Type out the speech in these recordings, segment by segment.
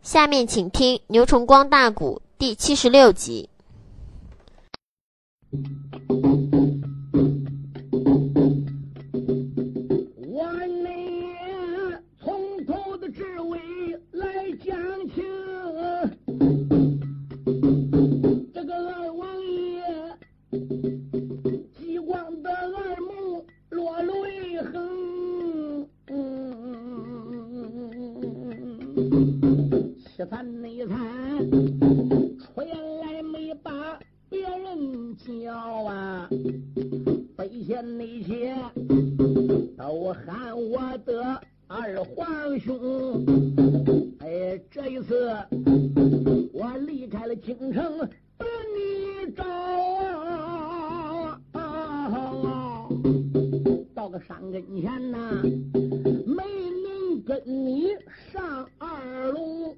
下面请听牛崇光大鼓第76集。 我内从头的至尾来讲清，这个二王爷激光的二目落泪横，凄惨内惨，出言来没把别人叫啊，背前那些都喊我的二皇兄。哎，这一次我离开了京城把你找啊，到个山跟前呐，没能跟你上二龙。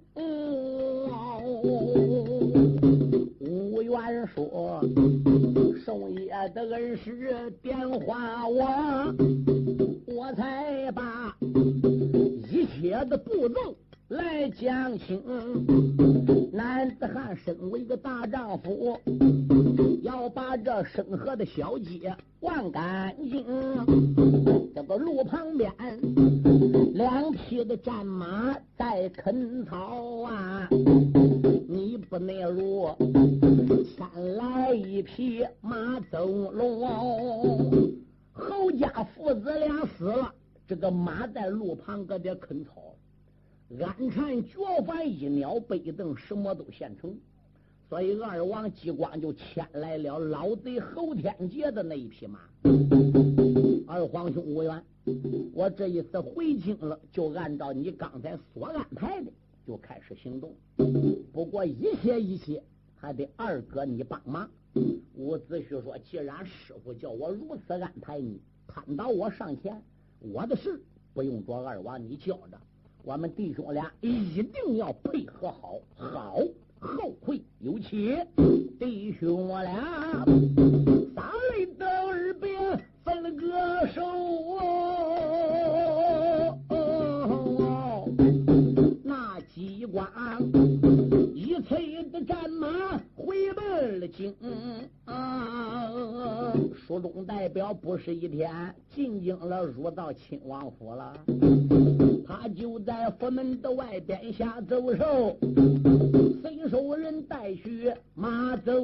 吴元说宋爷的恩师点化我才把一切的步骤来讲清。男子汉身为一个大丈夫，要把这生活的小街忘干净。这个路旁边两匹的战马在啃草啊，你不内如牵来一匹马走龙。侯家父子俩死了，这个马在路旁搁这啃草，鞍缠脚幡一鸟背凳什么都现成，所以二王激光就牵来了老贼侯天杰的那一匹马。二皇兄无缘，我这一次回京了，就按照你刚才所安排的就开始行动，不过一切还得二哥你帮忙。伍子胥说，既然师傅叫我如此安排你，攀到我上前，我的事不用着二王你教着，我们弟兄俩一定要配合好，后会有期。弟兄俩打擂的二边分了个手，那激光一催的战马回奔了京书中代表不是一天进京了，入到亲王府了，他就在府门的外边下走兽，随手人带去马走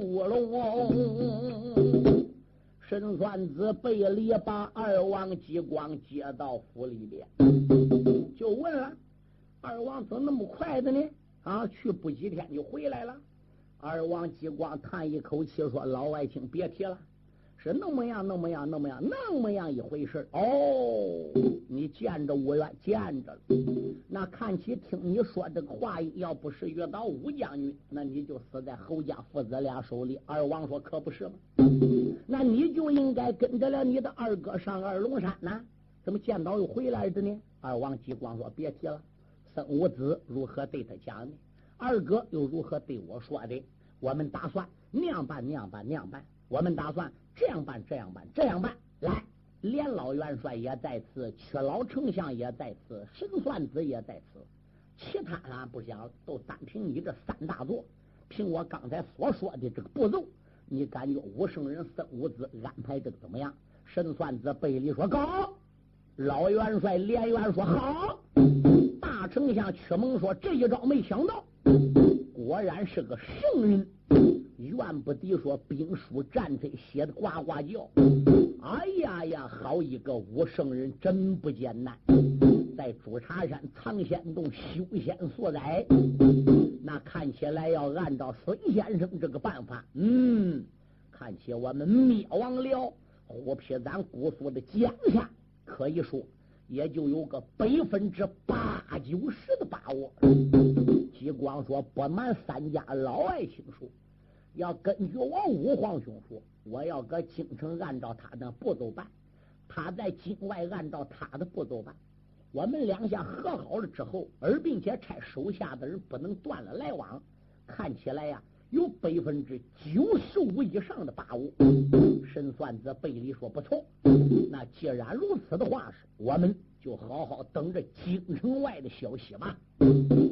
龙。沈算子背里把二王激光接到府里边，就问了，二王怎么那么快的呢？去不几天就回来了。二王激光叹一口气说，老外卿别提了，是那么样一回事。你见着我愿见着了，那看起听你说这个话，要不是遇到武将军，那你就死在侯家父子俩手里。二王说，可不是吗？那你就应该跟着了你的二哥上二龙山呢，怎么见到又回来的呢？二王激光说，别提了，孙武子如何对他讲的，二哥又如何对我说的，我们打算那样办，我们打算这样办，来，连老元帅也在此，屈老丞相也在此，沈算子也在此，其他俺不想，都单凭你这三大座，凭我刚才所说的这个步骤，你感觉武圣人孙武子安排这个怎么样？沈算子背里说高，老元帅连元说好，大丞相屈蒙说这一招没想到，果然是个圣人。怨不敌说兵书战锤写的呱呱叫，哎呀，好一个武圣人，真不艰难。在朱茶山藏仙洞修仙所在，那看起来要按照孙先生这个办法，看起我们灭亡了虎皮咱姑苏的江夏，可以说也就有个80%-90%的把握。激光说，不瞒三家老爱卿说，要根据我五皇兄说，我要搁京城按照他的步骤办，他在京外按照他的步骤办，我们两下和好了之后，而并且差手下的人不能断了来往，看起来呀，有95%以上的把握。沈算子背里说，不错，那既然如此的话，我们就好好等着京城外的消息吧。冯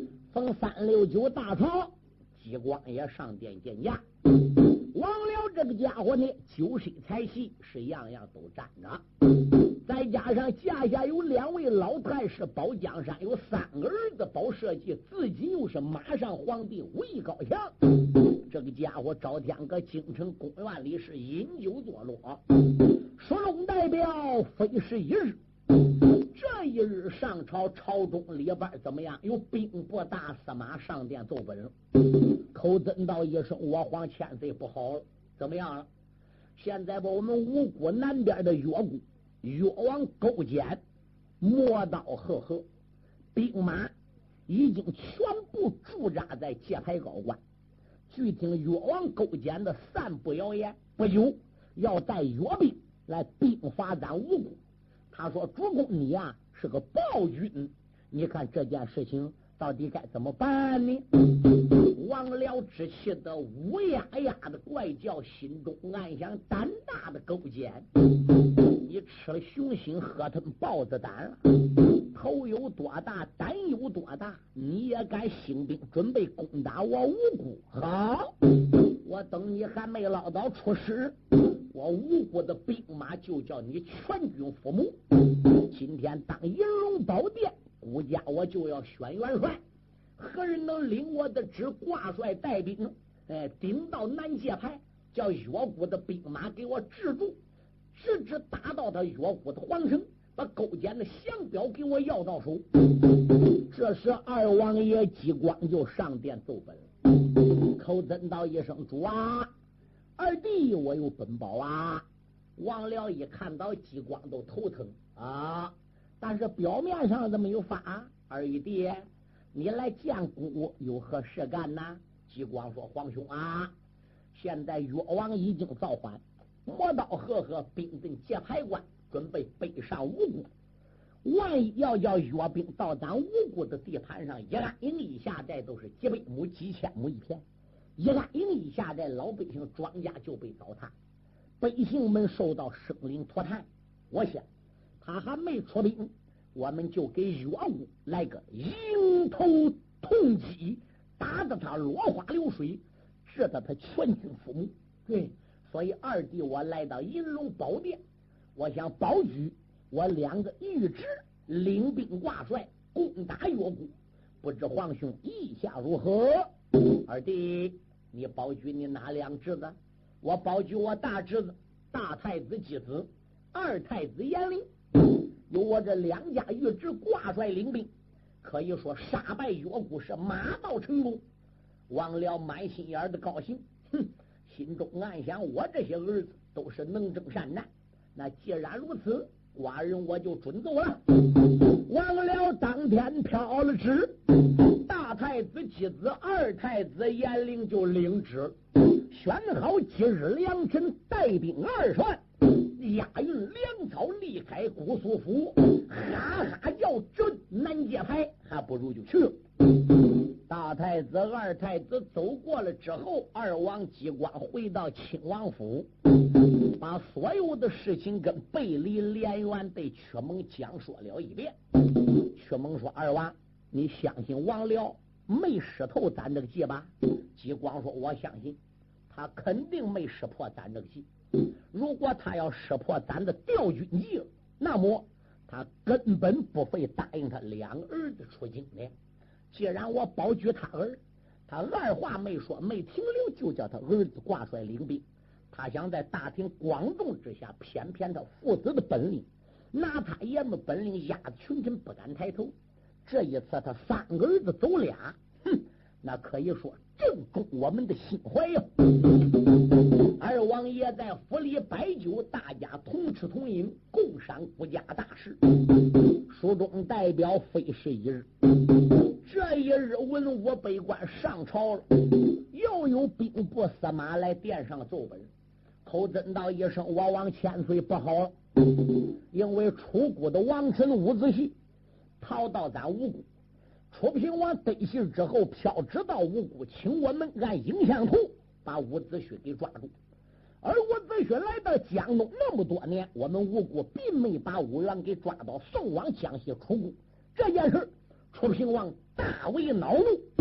上369大朝，激光也上殿见驾。王辽这个家伙呢，酒水财气是样样都沾着，再加上驾下有2位老太师保江山，有3个儿子保社稷，自己又是马上皇帝武艺高强，这个家伙朝天搁京城公园里是饮酒作乐，书中代表非是一日。这一日上朝，朝中里边怎么样？有兵部大司马上殿奏本，口尊道一声：“我皇千岁不好了，怎么样了？现在把我们五谷南边的越国越王勾践磨刀赫赫，兵马已经全部驻扎在界牌高关。据听越王勾践的散布谣言，不久要带越兵来兵伐咱五谷。他说：“主公你呀是个暴君，你看这件事情到底该怎么办呢？”王辽只气得乌鸦鸦的怪叫，心中暗想：胆大的勾践，你吃了熊心，喝他们豹子胆了。头有多大，胆有多大，你也敢兴兵准备攻打我五谷？好，我等你还没捞到出师，我五谷的兵马就叫你全军覆没。今天当银龙宝殿，孤家我就要选元帅，何人能领我的旨，挂帅带兵，顶到南界牌，叫越国的兵马给我制住，直直打到他越国的皇城，把勾践的降表给我要到手。这时二王爷激光就上殿奏本，口尊道一声：“主啊，二弟我有本宝啊。”王辽一看到激光都头疼啊，但是表面上怎么有法？二玉弟，你来见姑有何事干呢？激光说：“皇兄啊，现在越王已经造反，磨刀赫赫，兵进界牌关，准备北上五谷。万一要叫越兵到咱五谷的地盘上，一安营一下寨都是几百亩、几千亩一片，一安营一下寨，老百姓庄稼就被糟蹋，百姓们受到生灵涂炭。我想他还没出兵，我们就给越国来个迎头痛击，打得他落花流水，治得他全军覆没。对，所以二弟我来到银龙宝殿，我想保举我2个御旨，领兵挂帅攻打越国，不知皇兄意下如何？”二弟，你保举你哪2侄子？我保举我大侄子大太子继子，二太子严陵，有我这2家御旨挂帅领兵，可以说杀败越国是马到成功。王辽满心眼的高兴，心中暗想：我这些儿子都是能征善战，那既然如此，寡人我就准奏了。王辽当天飘了旨，大太子继子二太子严陵就领旨，选好今日良辰，带兵2船，押运粮草，离开姑苏府，哈哈叫准南界牌，还不如就去了。大太子二太子走过了之后，二王激光回到亲王府，把所有的事情跟贝离、连元对屈蒙讲说了一遍。屈蒙说：“二王，你相信王辽没识透咱这个计吧？”激光说：“我相信他肯定没识破咱这个计。如果他要识破咱的调军计，那么他根本不费答应他2个儿子出京的。既然我保举他儿，他二话没说没停留，就叫他儿子挂帅领兵。他想在大庭广众之下偏偏他父子的本领，拿他爷们本领压得群臣不敢抬头。这一次他3个儿子走俩，那可以说正中我们的心怀呀。二王爷在府里摆酒，大家同吃同饮，共赏国家大事。书中代表非是一日，这一日文武百官上朝了，又有兵部司马来殿上奏本，口尊道一声：“我王千岁不好了，因为出谷的王臣伍子胥逃到咱五谷，楚平王得信之后飘直到五谷，请我们按影像图把伍子胥给抓住。而伍子胥来到江东那么多年，我们五谷并没把伍元给抓到，送往江西出谷。这件事楚平王大为恼怒，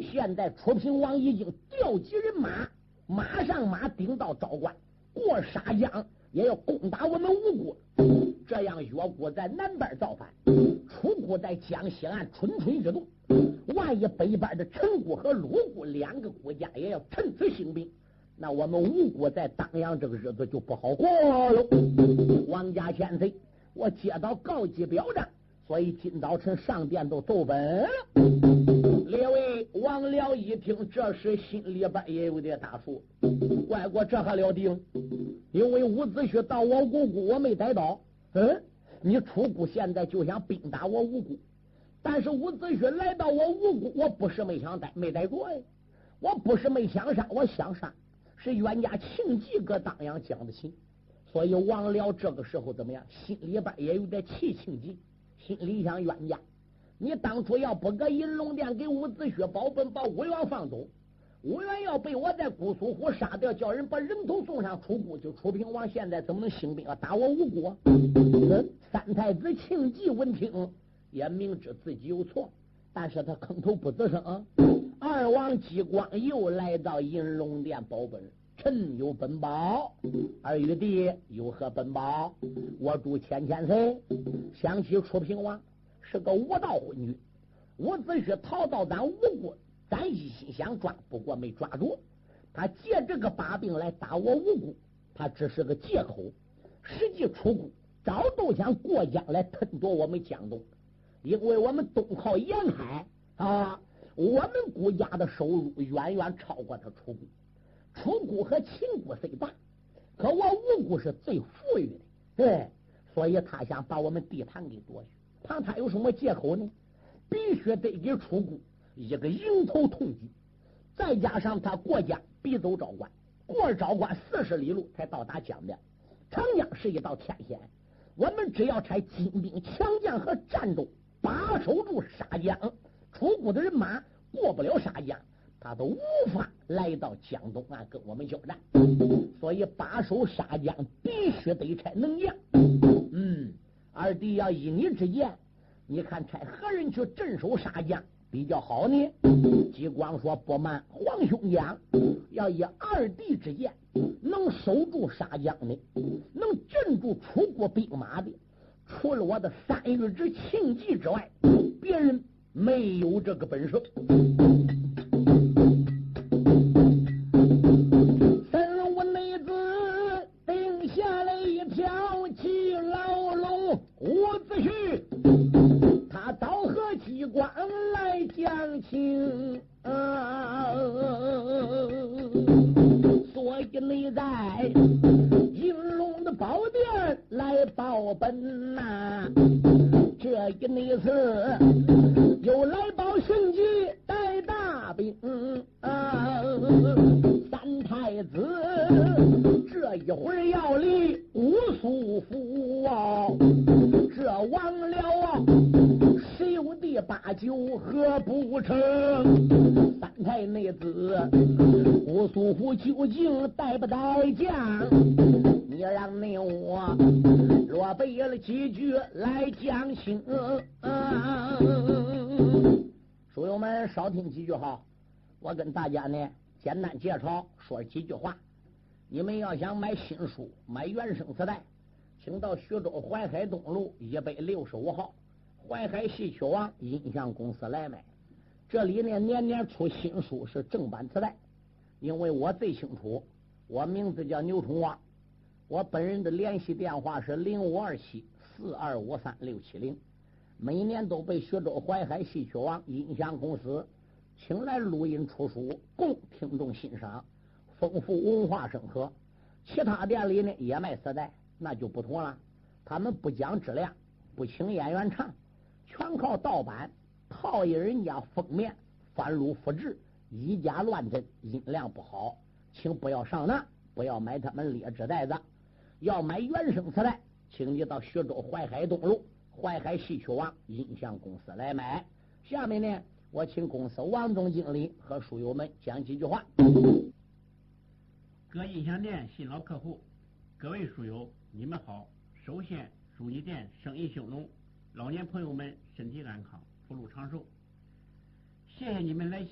现在楚平王已经调集人马，马上马顶到昭关，过沙江也要攻打我们吴国。这样越国在南边造反，楚国在江西岸蠢蠢欲动。万一北边的陈国和鲁国两个国家也要趁此兴兵，那我们吴国在当阳这个日子就不好过喽。王家千岁，我接到告急表彰，所以今早晨上殿都奏本了。列位王僚一听，这时心里边也有点打怵，乖乖这还了定？因为伍子胥到我吴国，我没逮到。你楚国现在就想兵打我吴国，但是伍子胥来到我吴国，我不是没想逮，没逮着哎，我不是没想杀，我想杀，是冤家庆忌搁当阳讲的情。所以王僚这个时候怎么样？心里边也有点气庆忌，心里想冤家，你当初要不搁银龙殿给伍子胥保本，把武元放走，武元要被我在姑苏湖杀掉，叫人把人头送上楚国，就楚平王现在怎么能兴兵打我吴国？三太子庆忌闻听也明知自己有错，但是他吭头不吱声。二王姬光又来到银龙殿保本，臣有本报，二玉帝有何本报？我主千岁想起楚平王是个无道昏君，伍子胥逃到咱吴国，咱一心想抓，不过没抓住。他借这个把柄来打我吴国，他只是个借口。实际楚国早都想过江来吞夺我们江东，因为我们东靠沿海啊，我们国家的收入远远超过他楚国。楚国和秦国虽大，可我吴国是最富裕的，对，所以他想把我们地盘给夺去。他有什么借口呢？必须得给楚国一个迎头痛击，再加上他过江必走昭关，过昭关40里路才到达江边。长江是一道天险，我们只要差精兵强将和战斗把守住沙江，楚国的人马过不了沙江，他都无法来到江东岸跟我们交战。所以把守沙江必须得差能将。二弟要依你之言，你看差何人去镇守沙江比较好呢？姬光说：不瞒皇兄讲，要以二弟之言，能守住沙江的，能镇住楚国兵马的，除了我的三玉之庆忌之外，别人没有这个本事。三五内子定下了一条气牢笼，伍子胥他倒和姬光来讲情所以你在银龙的宝殿来报本这一内次又来报讯息带大兵三太子这一会儿要离乌苏府这亡了十有第八九何不成？三太内子乌苏府究竟带不带将？你让那我若背了几句来讲清。书友们少听几句哈，我跟大家呢简单介绍说几句话。你们要想买新书买原声磁带，请到徐州淮海东路165号淮海戏曲王音像公司来买。这里呢年年出新书是正版磁带，因为我最清楚，我名字叫牛春旺，我本人的联系电话是0527-4253-670，每年都被徐州淮海戏曲王音像公司请来录音出书供听众欣赏，丰富文化生活。其他店里呢也卖磁带，那就不同了，他们不讲质量，不请演员唱，全靠盗版套印人家封面，翻录复制，以假乱真，音量不好，请不要上当，不要买他们劣质袋子。要买原声磁带，请你到徐州淮海东路淮海戏曲王音像公司来买。下面呢我请公司王总经理和书友们讲几句话。 各音像店新老客户，各位书友你们好。首先祝你店生意兴隆，老年朋友们身体安康，福禄长寿。谢谢你们来信，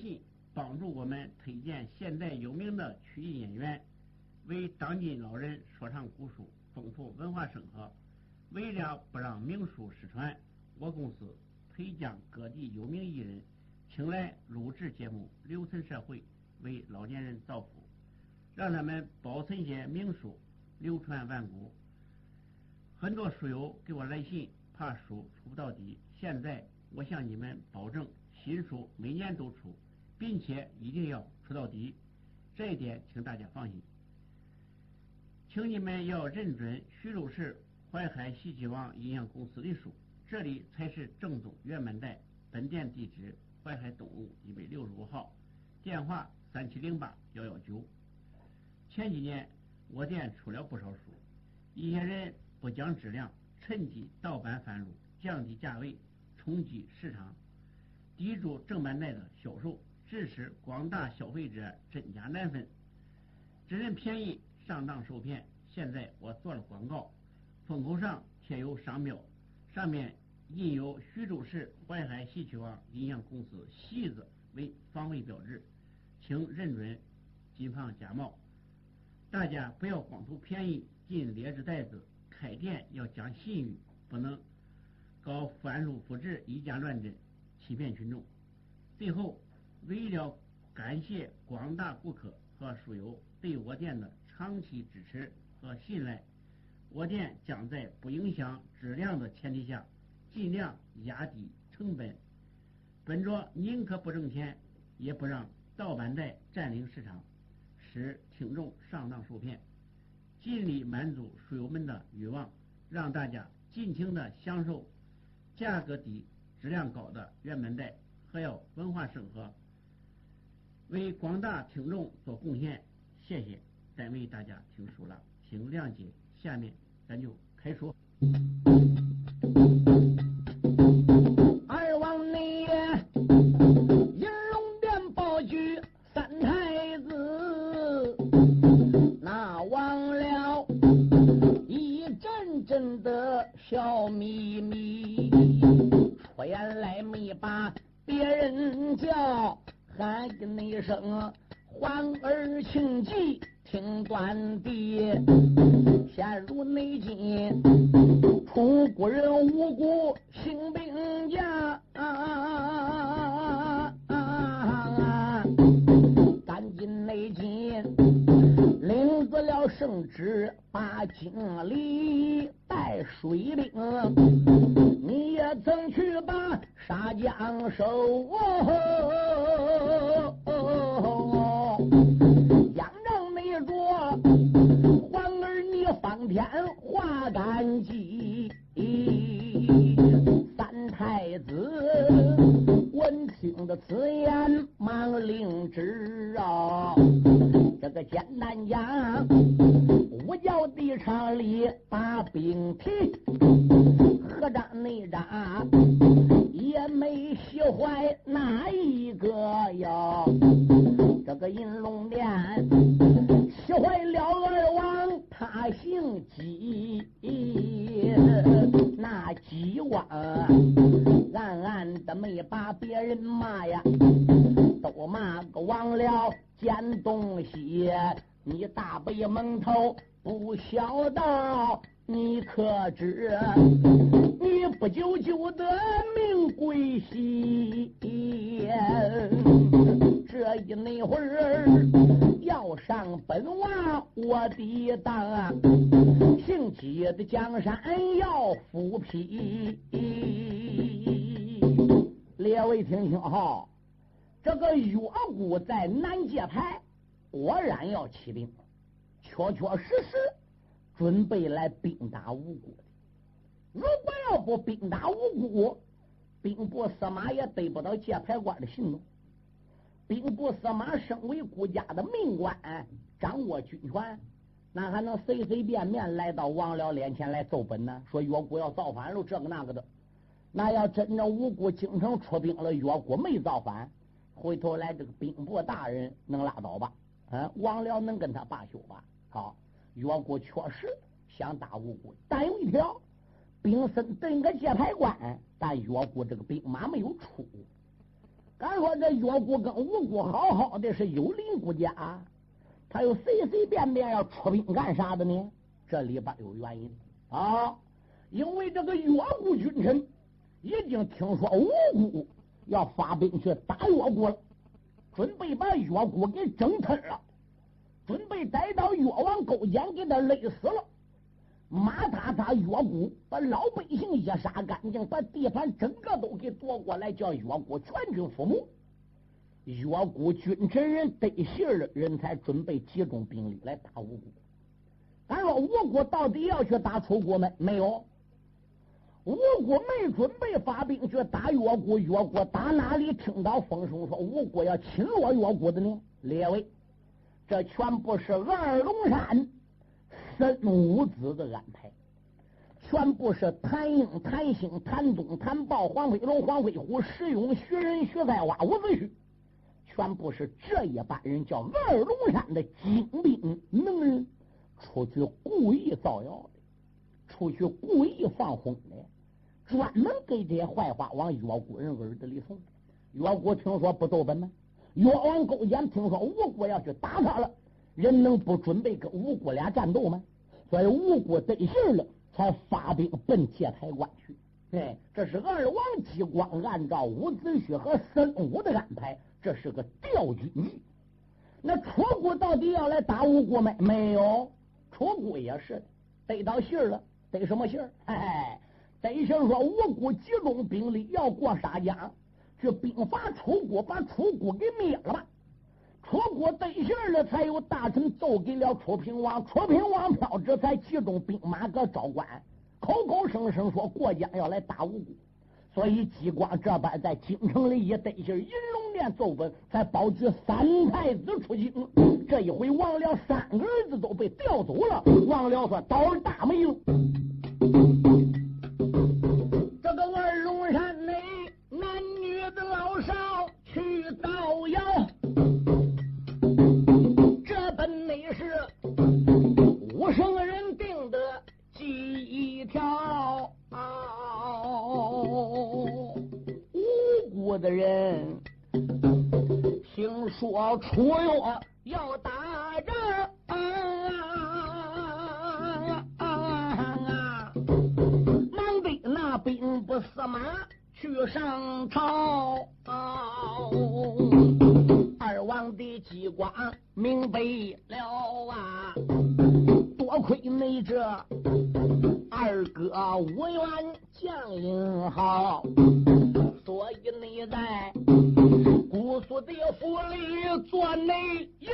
帮助我们推荐现代有名的曲艺演员，为当今老人说唱古书，丰富文化生活。为了不让名书失传，我公司推将各地有名艺人请来录制节目，留存社会，为老年人造福，让他们保存些名书，流传万古。很多书友给我来信，怕书出不到底，现在我向你们保证，新书每年都出，并且一定要出到底，这一点请大家放心。请你们要认准徐州市淮海戏曲网音像公司的书，这里才是正宗原版带。本店地址淮海东路165号，电话3708-119。前几年我店出了不少书，一些人不讲质量，趁机盗版贩入，降低价位，冲击市场，抵住正版带的销售，致使广大消费者真假难分，只认便宜上当受骗。现在我做了广告，封口上贴有商标，上面印有徐州市淮海戏曲网音像公司戏字为防伪标志，请认准，谨防假冒。大家不要光图便宜进劣质袋子，开店要讲信誉，不能搞翻入复制，以假乱真，欺骗群众。最后，为了感谢广大顾客和书友对我店的长期支持和信赖，我店将在不影响质量的前提下，尽量压低成本，本着宁可不挣钱，也不让盗版带占领市场，使听众上当受骗，尽力满足书友们的欲望，让大家尽情的享受价格低、质量高的原版带，还要文化生活，为广大听众做贡献。谢谢，单为大家听书了，请谅解。下面咱就开说。 二王内银龙殿保举三太子，那忘了一阵阵的笑眯眯，出言来没把别人叫，喊一声欢儿庆忌听端地，陷入内禁，出古人无故兴兵家，赶紧内禁，领得了圣旨，把经理带水兵，你也曾去把杀将收，仰仗内着皇儿你方天画杆计，三太子闻听的此言忙领旨啊，这个简单讲，我叫地场里把兵提，合掌内掌也没喜坏哪一个呀，这个银龙殿喜坏了二王，他姓姬，那姬王暗暗的没把别人骂呀，都骂个忘了捡东西，你大背蒙头不晓道，你可知你不久就得命归西，这一那会儿要上本王我的当，姓姬的江山要复辟。列位听听哈，这个岳谷在南界牌果然要起兵，确确实实准备来兵打吴国的。如果要不兵打吴国，兵部司马也得不到界牌官的行动。兵部司马身为国家的命官，掌握军权，那还能随随便便来到王僚脸前来奏本呢？说越国要造反了，这个那个的。那要真正吴国京城出兵了，越国没造反，回头来这个兵部大人能拉倒吧？王僚能跟他罢休吧？好，越国确实想打吴国，但有一条，兵身登个界牌官，但越国这个兵马没有出。 敢说这越国跟吴国好好的是有邻国家，他又随随便便要出兵干啥的呢？这里边有原因啊，因为这个越国君臣已经听说吴国要发兵去打越国了，准备把越国给整吞了，准备逮到越王勾践给他累死了。马踏越国，把老百姓也杀干净，把地盘整个都给夺过来，叫越国全军覆没。越国君臣人得信的人才准备集中兵力来打吴国。咱说吴国到底要去打楚国没？没有，吴国没准备发兵去打越国。越国打哪里听到风声说吴国要侵略越国的呢？列位，这全部是二龙山孙武子的安排，全部是谭英、谭兴、谭宗、谭豹、黄飞龙、黄飞虎、石勇、徐仁、徐在蛙、伍子胥，全部是这一班人叫二龙山的精兵能人，出去故意造谣的，出去故意放风的，专门给这些坏话往越国人耳朵里送。越国听说不斗本吗？越王勾践听说吴国要去打他了，人能不准备跟吴国俩战斗吗？所以吴国得信了，才发兵奔界台关去。这是二王激光按照伍子胥和孙武的安排，这是个调军计。那楚国到底要来打吴国没？没有，楚国也是得到信了。得什么信儿？得信说吴国集中兵力要过沙江，去兵伐楚国，把楚国给灭了吧。楚国得信了，才有大臣奏给了楚平王，楚平王飘这才集中兵马搁昭关，口口声声说过江要来打吴国。所以激光这般在京城里也得信，银龙殿奏本，才保举三太子出京。这一回王僚三个儿子都被调走了，王僚说倒了大霉了。这个二龙山内男女的老少去造谣，这本内是武圣人定的计条。吴国的人听说楚越要打仗，忙得那兵不司马去上朝。二王的激光明白了啊，多亏你这二哥无缘将英豪，所以你在姑苏的府里做内应，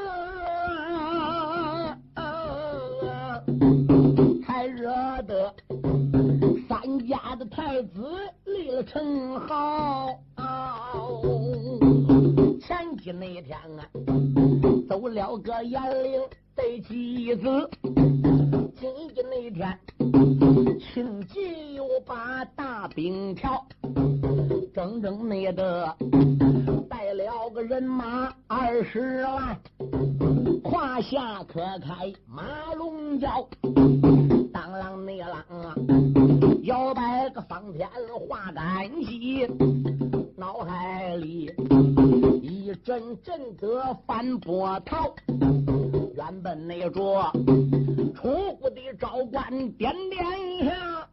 才惹得三家的太子立了称号。前几那天走了个严令的妻子，今天那天秦晋又把大兵条，整整那的带了个人马20万，胯下可开马龙轎，当啷那啷摇摆个方天画杆戟，脑海里一阵阵的翻波涛。原本那着楚国的昭关点点下，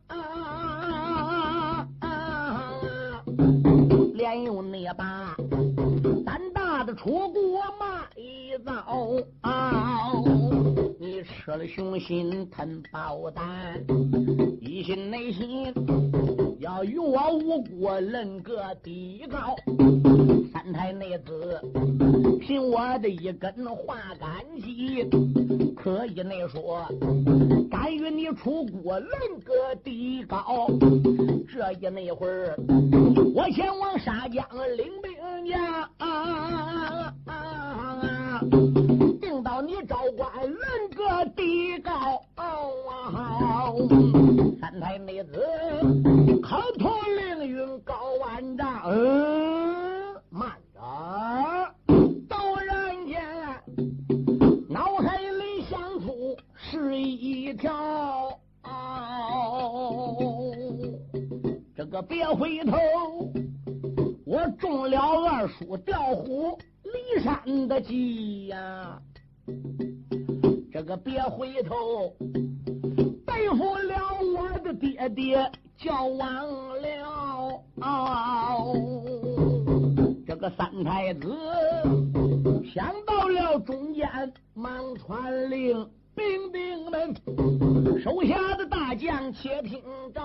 连有那把胆大的楚国骂一遭，你吃了雄心吞豹胆，一心内心要与我吴国论个底高。三太内子凭我的一根画杆戟，可以内说敢与你楚国论个底高。这一那会儿我前往沙江领兵家，定到你昭关论个底高。三太内子口头凌云高万丈，慢着，陡然间脑海里想出是一条，这个别回头，我中了夫调虎离山的计呀，这个别回头对付了我的爹爹叫王了。这个三太子想到了中间，忙传令兵丁们，手下的大将且听着。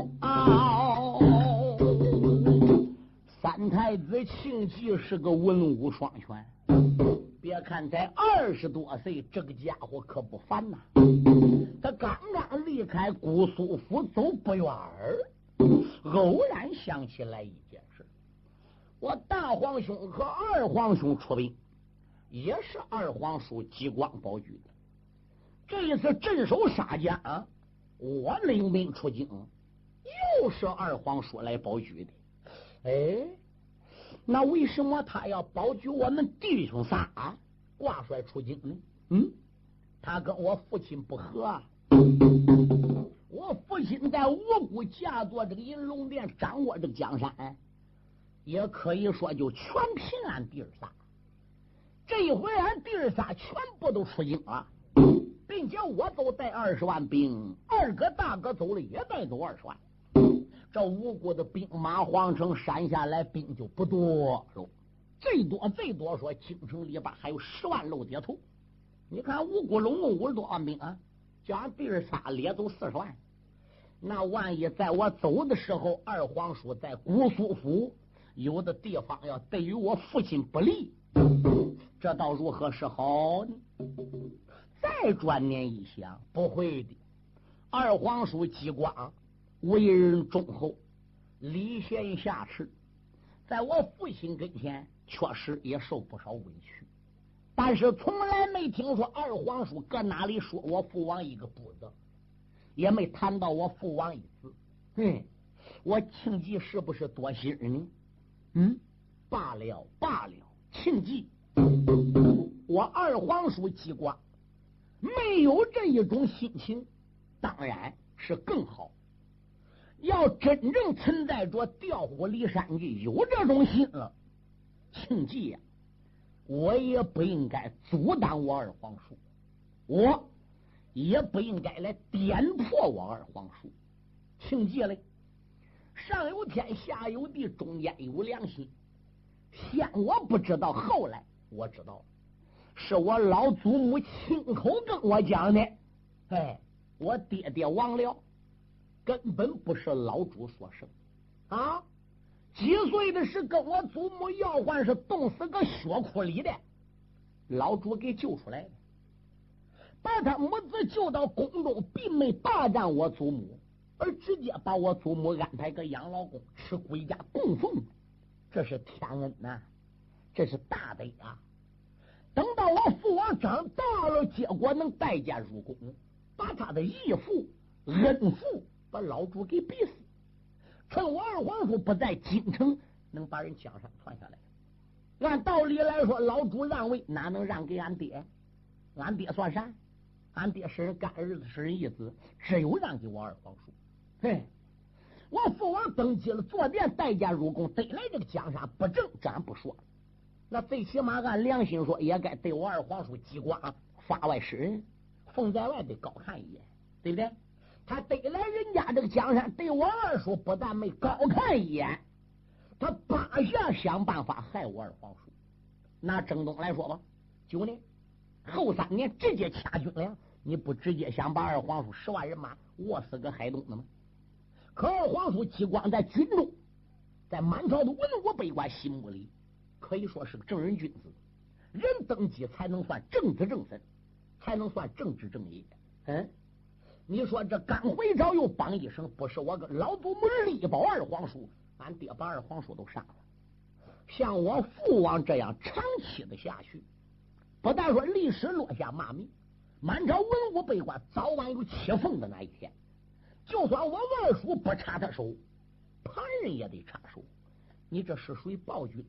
三太子庆忌是个文武双全，别看才20多岁，这个家伙可不凡呐。他刚刚离开姑苏府走不远儿，偶然想起来一件事：我大皇兄和二皇兄出兵，也是二皇叔激光保举的。这一次镇守沙家，我领兵出京，又是二皇叔来保举的。哎，那为什么他要保举我们弟兄仨挂帅出京呢？他跟我父亲不和。我父亲在五谷驾坐这个银龙殿，掌握这个江山，也可以说就全凭俺弟儿仨。这一回俺弟儿仨全部都出京了，并且我都带20万兵，二哥大哥走了也带走20万。这五谷的兵马皇城山下来兵就不多了，最多说京城里边还有10万漏跌头。你看五谷拢共50多万兵叫俺弟儿仨列走40万。那万一在我走的时候，二皇叔在姑苏府有的地方要对于我父亲不利，这倒如何是好呢？再转念一想，不会的，二皇叔激光为人忠厚，礼贤下士，在我父亲跟前确实也受不少委屈，但是从来没听说二皇叔搁哪里说我父王一个不字，也没谈到我父王一字。我庆忌是不是多心呢？罢了，庆忌，我二皇叔激光没有这一种心情，当然是更好。要真正存在着调虎离山计，有这种心了，庆忌我也不应该阻挡我二皇叔，我也不应该来颠破我二皇叔。庆忌嘞，上有天下有地，中间有良心。先我不知道，后来我知道，是我老祖母亲口跟我讲的。我爹爹亡了，根本不是老主所生几岁的是跟我祖母要换，是冻死个血窟里的，老主给救出来的，把他母子救到宫中，并没霸占我祖母，而直接把我祖母安排个养老宫，吃归家供奉。这是天恩这是大德等到我父王长大了，结果能带家入宫，把他的义父恩父把老主给逼死，趁我二皇叔不在京城，能把人江山传下来。按道理来说，老主让位哪能让给俺爹？俺爹算啥？俺爹是人干儿子，是人义子，只有让给我二皇叔。我父王登基了，坐殿带家入宫，得来这个江山不正，这俺不说，那最起码按良心说，也该对我二皇叔激光发外使人，奉在外得高看一眼，对不对？他得来人家这个江山，对我二叔不但没高看一眼，他八下想办法害我二皇叔。拿征东来说吧，9年后3年直接掐军粮，你不直接想把二皇叔10万人马卧死个海东的吗？可二皇叔激光在军中，在满朝的文武百官心目里，可以说是个正人君子。人登基才能算正子正身，才能算正直正义。你说这刚回朝又帮一声，不是我跟老祖母力保二皇叔，俺爹把二皇叔都杀了。像我父王这样长期的下去，不但说历史落下骂名，满朝文武百官早晚有切凤的那一天。就算我二叔不插他手，旁人也得插手。你这是属于暴君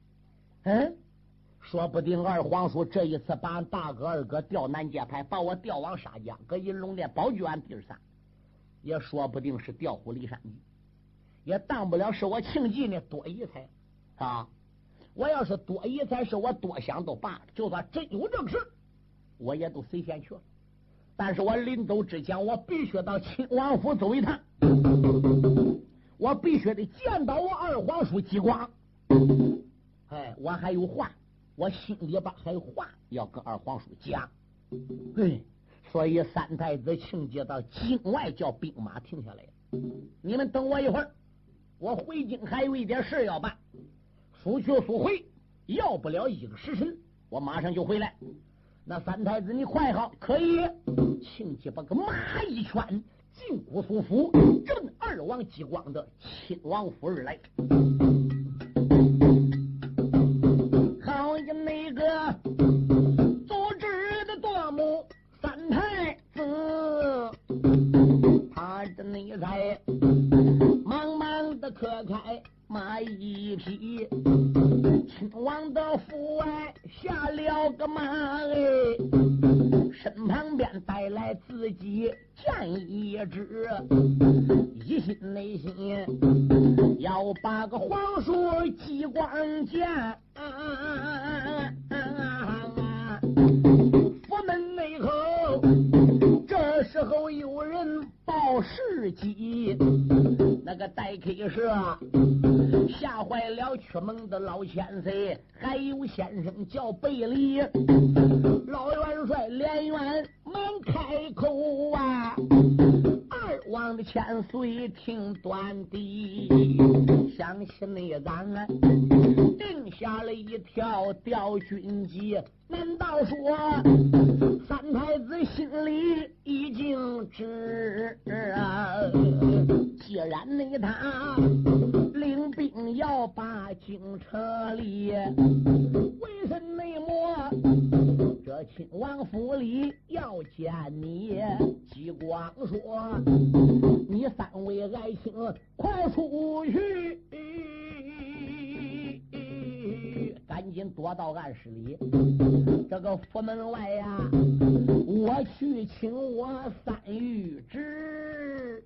说不定二皇叔这一次把俺大哥二哥调南界派，把我调往沙江，搁银龙殿保举俺弟儿仨，也说不定是调虎离山计，也当不了是我庆忌呢多疑才我要是多疑才是，我多想都罢了。就算真有这个事，我也都随便去了。但是我临走之前，我必须到亲王府走一趟，我必须得见到我二皇叔吉光。哎，我还有话，我心里边还有话要跟二皇叔讲。对，所以三太子庆忌到境外叫兵马停下来了。你们等我一会儿，我回京还有一点事要办，速去速回，要不了1个时辰，我马上就回来。那三太子你快好，可以。庆忌把个马一圈，进姑苏府，正二王吉光的亲王府而来。好像那个组织的多母三太子，他这内在忙忙的磕开马一匹，亲王的府外下了个马，身旁边带来自己剑一支，一心内心要把个皇叔吉光见。府门内后，这时候有人报事机，那个戴 K 社吓坏了曲门的老千岁，还有先生叫贝利。老元帅连元忙开口啊，二王的千岁听端的，想起那咱定下了一条调军计，难道说三太子心里已经知啊？既然那他领兵要把京撤离，为什么这亲王府里要见你？吉光说你三位爱卿快出去，赶紧躲到暗室里。这个府门外呀，我去请我三御旨。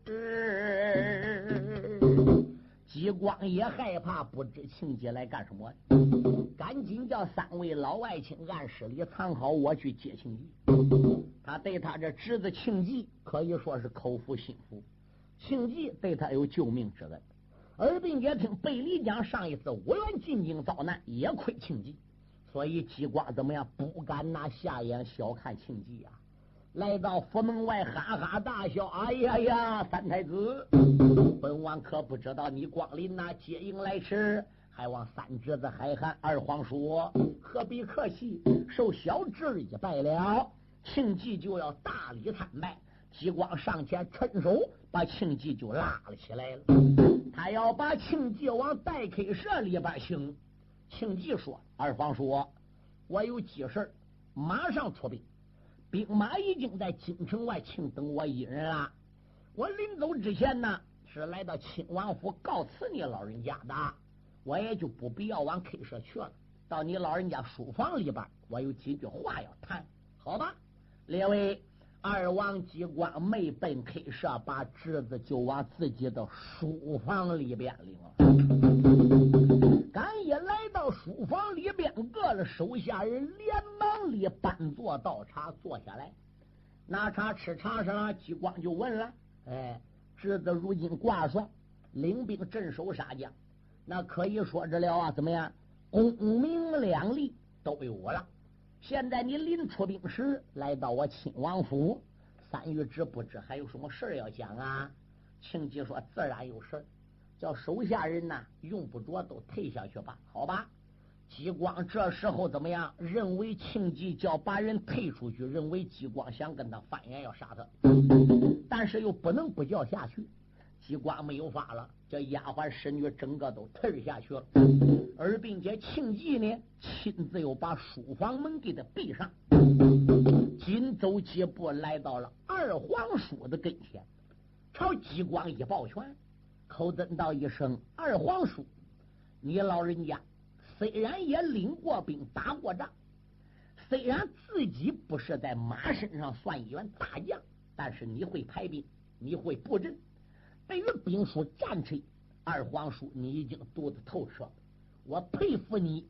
吉光也害怕，不知庆忌来干什么，赶紧叫三位老爱卿暗室里藏好，我去接庆忌。他对他这侄子庆忌可以说是口服心服，庆忌对他有救命之恩，而并且听贝利讲上一次无缘进京遭难，也亏庆忌，所以吉光怎么样不敢拿下眼小看庆忌啊。来到府门外哈哈大笑，哎呀呀，三太子，本王可不知道你光临那接应来迟，还望三侄子海涵二皇叔何必客气，受小侄一拜了。庆忌就要大礼参拜，吉光上前伸手把庆忌就拉了起来了，他要把庆忌往待客舍里边请。庆忌说，二皇叔，我有急事马上出兵，兵马已经在京城外请等我一人了。我临走之前呢，是来到亲王府告辞你老人家的，我也就不必要往 K 社去了，到你老人家书房里边，我有几句话要谈，好吧？列位，二王吉光没奔 K 社，把侄子就往自己的书房里边领了。刚一来到书房里边，各了手下人连忙里搬坐倒茶，坐下来拿茶吃茶上，吉光就问了：哎，侄子如今挂帅，领兵镇守沙江，那可以说着了啊，怎么样？功名两利都有了。现在你临出兵时来到我亲王府，三御旨不知还有什么事要讲啊？庆忌说：自然有事，叫手下人呐用不着都退下去吧，好吧？吉光这时候怎么样？认为庆忌叫把人退出去，认为吉光想跟他翻眼要杀他，但是又不能不叫下去。吉光没有法了，这丫鬟侍女整个都退下去了，而并且庆忌呢亲自又把书房门给他闭上，紧走几步来到了二皇叔的跟前，朝吉光一抱拳，口尊道一声：二皇叔，你老人家虽然也领过兵打过仗，虽然自己不是在马身上算一员大将，但是你会排兵，你会布阵，对于兵书战锤，二皇叔你已经读得透彻，我佩服你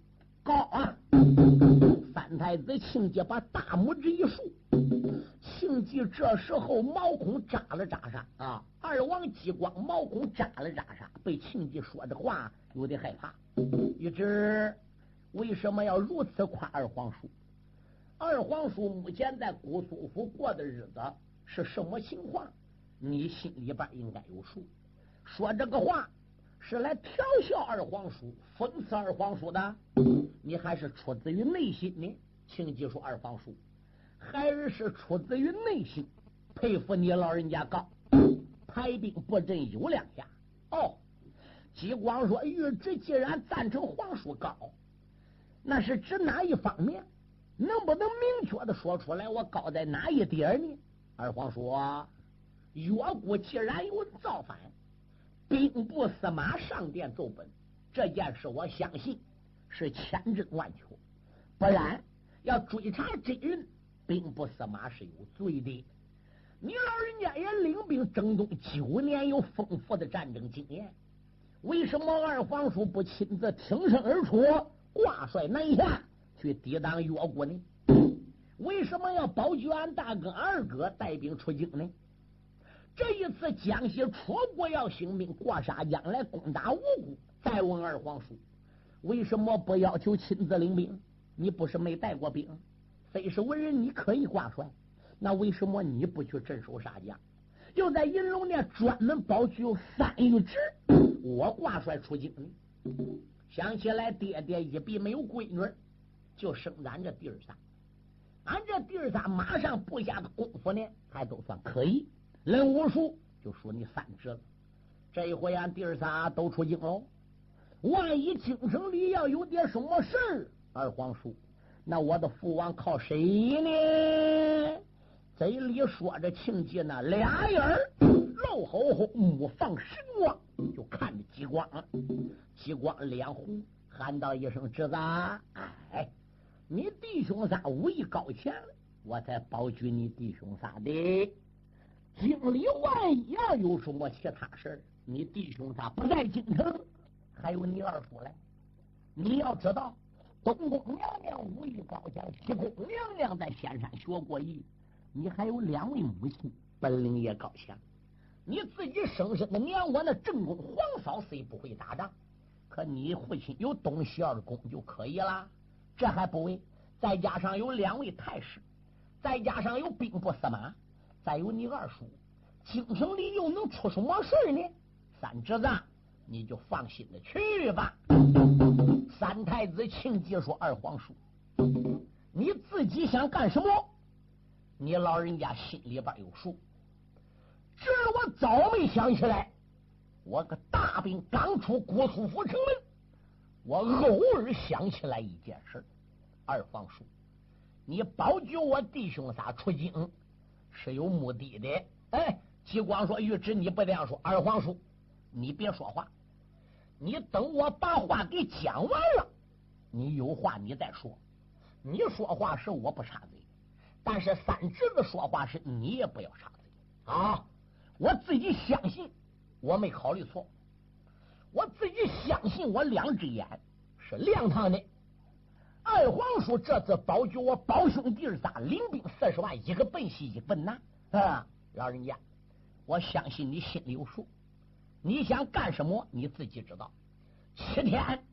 高啊！三太子庆忌把大拇指一竖，庆忌这时候毛孔扎了扎上啊！二王激光毛孔扎了扎上，被庆忌说的话有点害怕。一直为什么要如此夸二皇叔？二皇叔目前在姑苏府过的日子是什么情况？你心里边应该有数。说这个话是来调笑二皇叔、讽刺二皇叔的，你还是出自于内心呢？请记住，二皇叔还是出自于内心佩服你老人家高，排兵布阵有两下。哦，激光说玉旨既然赞成皇叔高，那是指哪一方面？能不能明确的说出来我高在哪一点呢？二皇叔岳国既然有造反，兵部司马上殿奏本，这件事我相信是千真万确，不然要追查真人，兵部司马是有罪的。你老人家也领兵征东9年，有丰富的战争经验，为什么二皇叔不亲自挺身而出，挂帅南下去抵挡越国呢？为什么要保举俺大哥二哥带兵出京呢？这一次江西楚国要兴兵过沙江来攻打吴国，再问二皇叔，为什么不要求亲自领兵？你不是没带过兵，非是文人你可以挂帅，那为什么你不去镇守沙江？又在银龙殿专门保举有3御旨，我挂帅出京呢？想起来爹爹一笔没有闺女，就生咱这弟儿仨，俺这弟儿仨马上布下的功夫呢，还都算可以。人武术就属你3侄了。这一回俺弟儿仨都出京喽，万一京城里要有点什么事儿，二皇叔，那我的父王靠谁呢？嘴里说着庆忌那俩眼儿肉吼吼，目放神光，就看着激光了。激光脸红，喊道一声：“侄子，哎，你弟兄仨武艺高强，我才保举你弟兄仨的。京里万一要有什么其他事儿，你弟兄仨不在京城，还有你二叔来。你要知道，东宫娘娘武艺高强，西宫娘娘在仙山学过艺，你还有2位母亲本领也高强。你自己生身的娘，我那正宫皇嫂虽不会打仗，可你父亲有东西二宫就可以了，这还不为？再加上有2位太师，再加上有兵部司马，再有你二叔，京城里又能出什么事呢？三侄子，你就放心的去吧。三太子庆忌说：“二皇叔，你自己想干什么？你老人家心里边有数。这我早没想起来，我个大兵刚出姑苏府城门，我偶尔想起来一件事。二皇叔，你保举我弟兄仨出京是有目的的。哎，激光说玉旨你不这样说，二皇叔你别说话，你等我把话给讲完了，你有话你再说。你说话时我不插嘴，但是三侄子说话时你也不要插嘴啊！我自己相信我没考虑错，我自己相信我2只眼是亮堂的。二皇叔这次保举我胞兄弟仨领兵40万，一个奔西一个奔南啊！老人家，我相信你心里有数，你想干什么你自己知道。7天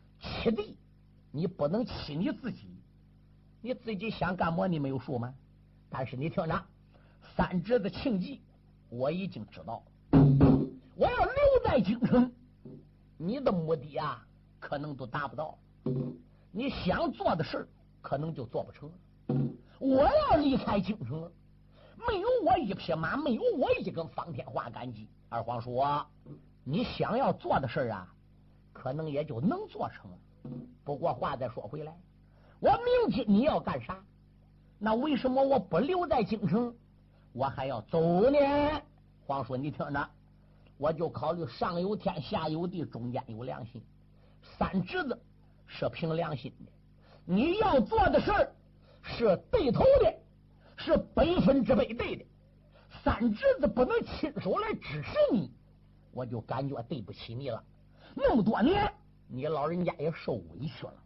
7地，你不能欺你自己，你自己想干么你没有数吗？但是你听着，三侄子庆忌我已经知道，我要留在京城，你的目的啊可能都达不到，你想做的事可能就做不成。我要离开京城，没有我一匹马，没有我一根方天画杆戟，二皇叔你想要做的事啊可能也就能做成。不过话再说回来，我明知你要干啥，那为什么我不留在京城，我还要走呢？皇叔你听着，我就考虑上有天下有地，中间有良心，三侄子是凭良心的，你要做的事儿是对头的，是100%对的，三侄子不能亲手来支持你，我就感觉对不起你了。那么多年你老人家也受委屈了，但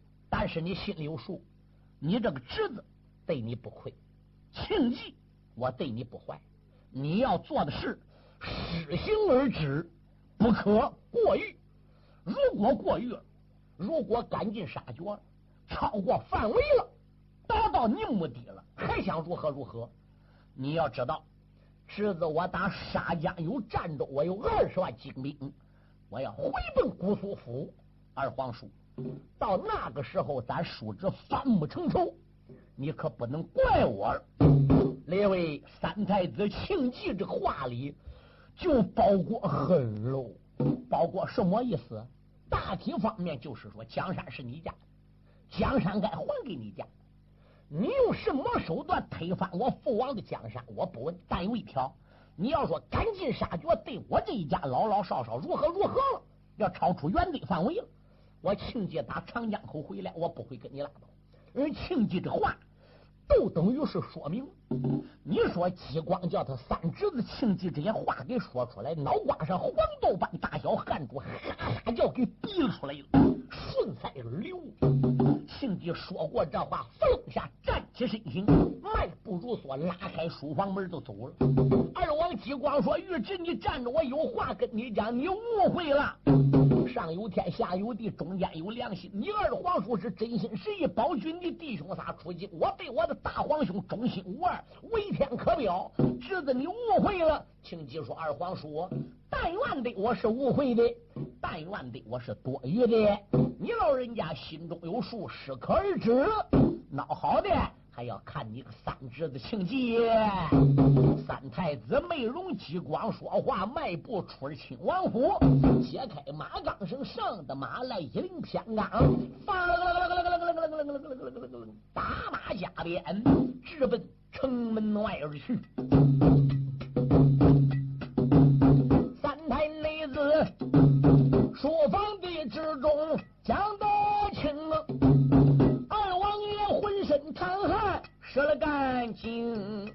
但是你心里有数，你这个侄子对你不亏，庆忌我对你不坏，你要做的事施行而止，不可过誉。如果过誉了，如果赶尽杀绝了，超过范围了，达到你目的了，还想如何如何？你要知道，侄子我打沙江有战斗，我有20万精兵，我要回奔姑苏府。二皇叔，到那个时候咱叔侄反目成仇，你可不能怪我。列位，三太子庆忌这个话里就包括恨喽。包括什么意思？大体方面就是说，江山是你家，江山该还给你家。你用什么手段推翻我父王的江山，我不问。但有一条，你要说赶尽杀绝，对我这一家老老少少如何如何了，要超出原地范围了，我庆忌打长江口回来，我不会跟你拉倒。而庆忌这话都等于是说明，你说激光叫他三侄子庆忌这些话给说出来，脑瓜上黄豆般大小汗珠哈哈叫给逼了出来了，顺在流。庆忌说过这话，风下站起身形，迈步如梭，拉开书房门就走了。二王激光说：“玉侄，你站着，我有话跟你讲，你误会了。上有天，下有地，中间有良心。你二皇叔是真心实意保举你弟兄仨出京，我对我的大皇兄忠心无二，为天可表。侄子，你误会了。”庆忌说：“二皇叔，但愿的我是误会的，但愿的我是多余的。你老人家心中有数，适可而止。孬好的，还要看你个三侄子庆忌。”三太子美容激光说话，迈步出了亲王府，揭开马杠绳，上的马来，一领偏杠，打马加鞭，直奔城门外而去。三太内子书房地之中讲得清，二王爷浑身淌汗湿了干净，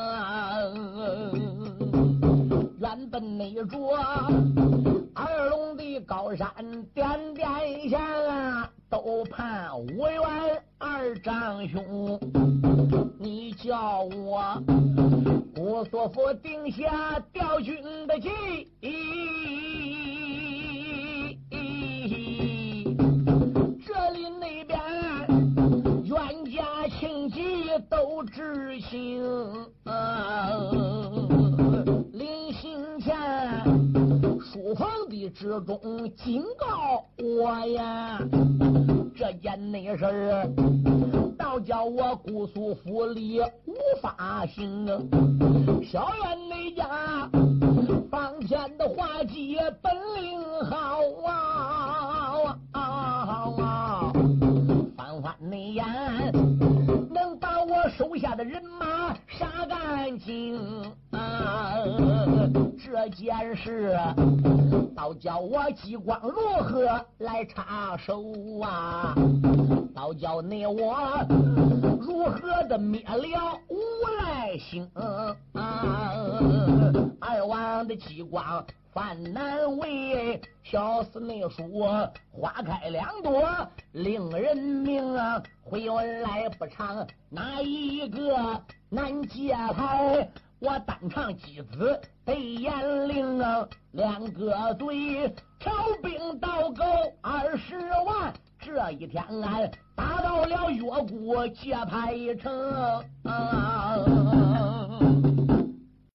原本那座二龙的高山点点下，都盼5员二长兄，你叫我姑苏府定下调军的计，这里那边冤家庆忌都执行，临行前书房的之中警告我呀，这件内事儿倒叫我姑苏府里无法行啊。小院内家方天的画技本领好啊，翻翻内眼能把我手下的人马杀干净啊。这件事倒叫我激光如何来插手啊，倒叫你我如何的灭了无赖星二王的激光犯难为，小厮内说花开2朵令人明啊，回文来不长，哪一个难解开？我单唱几子对严令啊，2个队调兵倒够20万，这一天俺打到了越国界牌城啊。